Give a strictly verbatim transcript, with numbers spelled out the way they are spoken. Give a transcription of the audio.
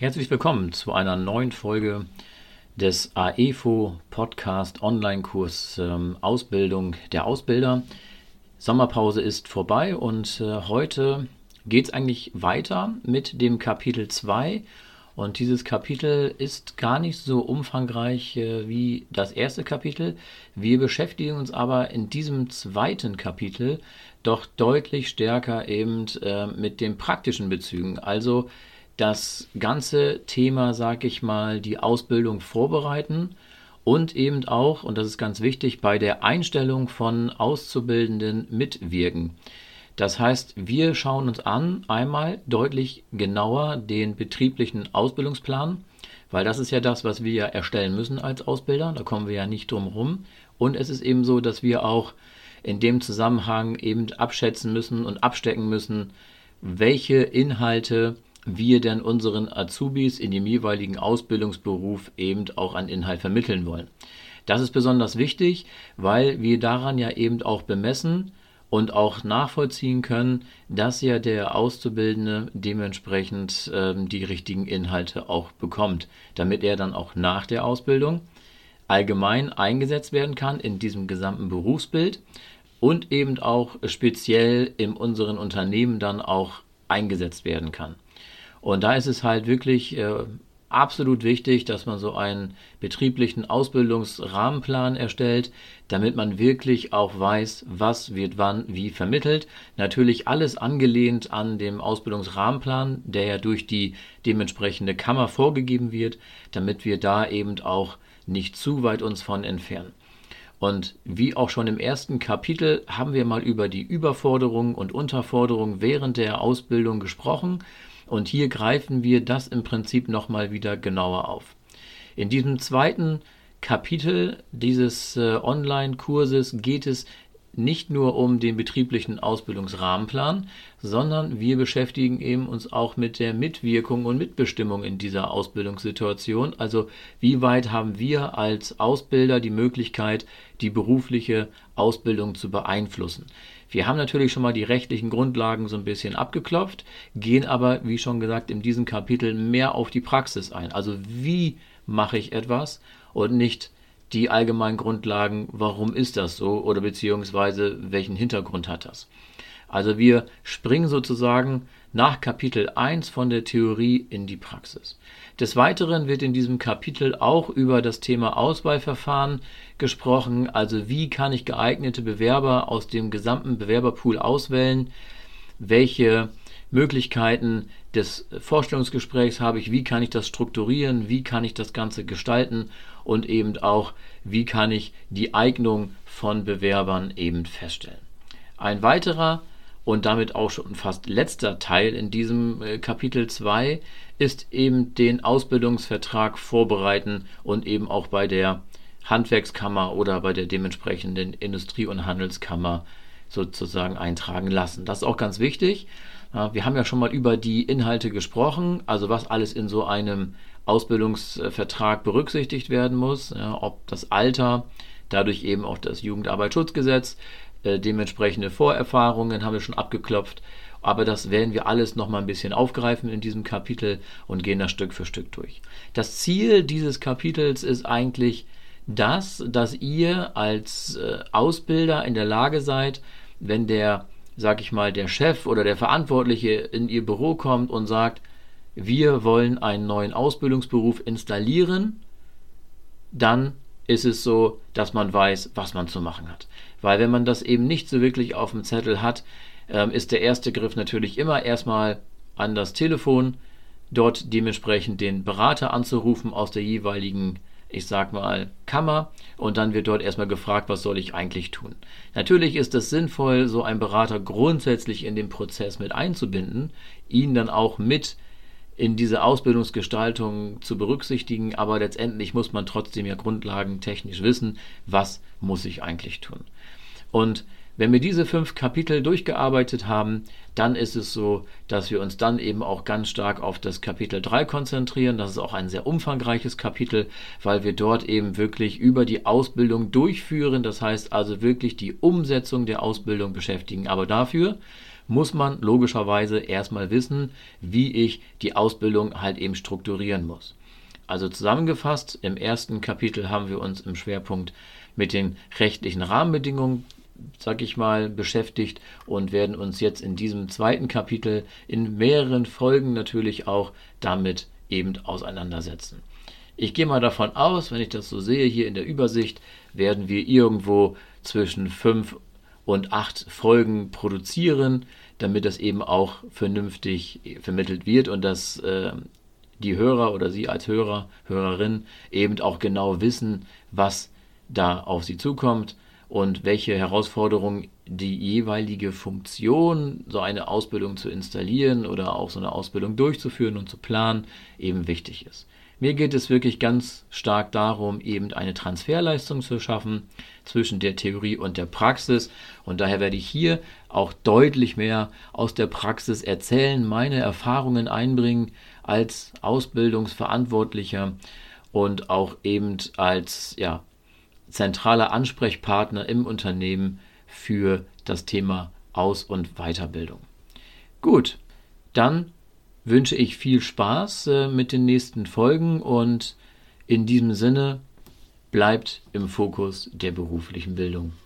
Herzlich willkommen zu einer neuen Folge des A E F O Podcast Online-Kurs ähm, Ausbildung der Ausbilder. Sommerpause ist vorbei und äh, heute geht es eigentlich weiter mit dem Kapitel zwei. Und dieses Kapitel ist gar nicht so umfangreich äh, wie das erste Kapitel. Wir beschäftigen uns aber in diesem zweiten Kapitel doch deutlich stärker eben äh, mit den praktischen Bezügen. Also das ganze Thema, sag ich mal, die Ausbildung vorbereiten und eben auch, und das ist ganz wichtig, bei der Einstellung von Auszubildenden mitwirken. Das heißt, wir schauen uns an, einmal deutlich genauer den betrieblichen Ausbildungsplan, weil das ist ja das, was wir erstellen müssen als Ausbilder, da kommen wir ja nicht drum rum. Und es ist eben so, dass wir auch in dem Zusammenhang eben abschätzen müssen und abstecken müssen, welche Inhalte wir denn unseren Azubis in dem jeweiligen Ausbildungsberuf eben auch an Inhalt vermitteln wollen. Das ist besonders wichtig, weil wir daran ja eben auch bemessen und auch nachvollziehen können, dass ja der Auszubildende dementsprechend ähm, die richtigen Inhalte auch bekommt, damit er dann auch nach der Ausbildung allgemein eingesetzt werden kann in diesem gesamten Berufsbild und eben auch speziell in unseren Unternehmen dann auch eingesetzt werden kann. Und da ist es halt wirklich äh, absolut wichtig, dass man so einen betrieblichen Ausbildungsrahmenplan erstellt, damit man wirklich auch weiß, was wird wann wie vermittelt. Natürlich alles angelehnt an dem Ausbildungsrahmenplan, der ja durch die dementsprechende Kammer vorgegeben wird, damit wir da eben auch nicht zu weit uns von entfernen. Und wie auch schon im ersten Kapitel haben wir mal über die Überforderung und Unterforderung während der Ausbildung gesprochen. Und hier greifen wir das im Prinzip nochmal wieder genauer auf. In diesem zweiten Kapitel dieses äh, Online-Kurses geht es nicht nur um den betrieblichen Ausbildungsrahmenplan, sondern wir beschäftigen eben uns auch mit der Mitwirkung und Mitbestimmung in dieser Ausbildungssituation. Also wie weit haben wir als Ausbilder die Möglichkeit, die berufliche Ausbildung zu beeinflussen? Wir haben natürlich schon mal die rechtlichen Grundlagen so ein bisschen abgeklopft, gehen aber, wie schon gesagt, in diesem Kapitel mehr auf die Praxis ein. Also wie mache ich etwas und nicht die allgemeinen Grundlagen, warum ist das so oder beziehungsweise welchen Hintergrund hat das. Also wir springen sozusagen nach Kapitel eins von der Theorie in die Praxis. Des Weiteren wird in diesem Kapitel auch über das Thema Auswahlverfahren gesprochen, also wie kann ich geeignete Bewerber aus dem gesamten Bewerberpool auswählen, welche Möglichkeiten des Vorstellungsgesprächs habe ich, wie kann ich das strukturieren, wie kann ich das Ganze gestalten und eben auch, wie kann ich die Eignung von Bewerbern eben feststellen. Ein weiterer und damit auch schon fast letzter Teil in diesem äh, Kapitel zwei ist eben den Ausbildungsvertrag vorbereiten und eben auch bei der Handwerkskammer oder bei der dementsprechenden Industrie- und Handelskammer sozusagen eintragen lassen. Das ist auch ganz wichtig. Ja, wir haben ja schon mal über die Inhalte gesprochen, also was alles in so einem Ausbildungsvertrag berücksichtigt werden muss, ja, ob das Alter, dadurch eben auch das Jugendarbeitsschutzgesetz, äh, dementsprechende Vorerfahrungen haben wir schon abgeklopft, aber das werden wir alles nochmal ein bisschen aufgreifen in diesem Kapitel und gehen das Stück für Stück durch. Das Ziel dieses Kapitels ist eigentlich das, dass ihr als äh, Ausbilder in der Lage seid, wenn der, sag ich mal, der Chef oder der Verantwortliche in ihr Büro kommt und sagt, wir wollen einen neuen Ausbildungsberuf installieren, dann ist es so, dass man weiß, was man zu machen hat. Weil wenn man das eben nicht so wirklich auf dem Zettel hat, ähm, ist der erste Griff natürlich immer erstmal an das Telefon, dort dementsprechend den Berater anzurufen aus der jeweiligen, ich sag mal, Kammer, und dann wird dort erstmal gefragt, was soll ich eigentlich tun. Natürlich ist es sinnvoll, so einen Berater grundsätzlich in den Prozess mit einzubinden, ihn dann auch mit in diese Ausbildungsgestaltung zu berücksichtigen, aber letztendlich muss man trotzdem ja grundlagentechnisch wissen, was muss ich eigentlich tun. Und wenn wir diese fünf Kapitel durchgearbeitet haben, dann ist es so, dass wir uns dann eben auch ganz stark auf das Kapitel drei konzentrieren. Das ist auch ein sehr umfangreiches Kapitel, weil wir dort eben wirklich über die Ausbildung durchführen. Das heißt also wirklich die Umsetzung der Ausbildung beschäftigen. Aber dafür muss man logischerweise erstmal wissen, wie ich die Ausbildung halt eben strukturieren muss. Also zusammengefasst, im ersten Kapitel haben wir uns im Schwerpunkt mit den rechtlichen Rahmenbedingungen, sag ich mal, beschäftigt und werden uns jetzt in diesem zweiten Kapitel in mehreren Folgen natürlich auch damit eben auseinandersetzen. Ich gehe mal davon aus, wenn ich das so sehe, hier in der Übersicht, werden wir irgendwo zwischen fünf und acht Folgen produzieren, damit das eben auch vernünftig vermittelt wird und dass äh, die Hörer oder Sie als Hörer, Hörerin eben auch genau wissen, was da auf Sie zukommt und welche Herausforderungen die jeweilige Funktion, so eine Ausbildung zu installieren oder auch so eine Ausbildung durchzuführen und zu planen, eben wichtig ist. Mir geht es wirklich ganz stark darum, eben eine Transferleistung zu schaffen zwischen der Theorie und der Praxis. Und daher werde ich hier auch deutlich mehr aus der Praxis erzählen, meine Erfahrungen einbringen als Ausbildungsverantwortlicher und auch eben als ja, zentraler Ansprechpartner im Unternehmen für das Thema Aus- und Weiterbildung. Gut, dann wünsche ich viel Spaß äh, mit den nächsten Folgen und in diesem Sinne bleibt im Fokus der beruflichen Bildung.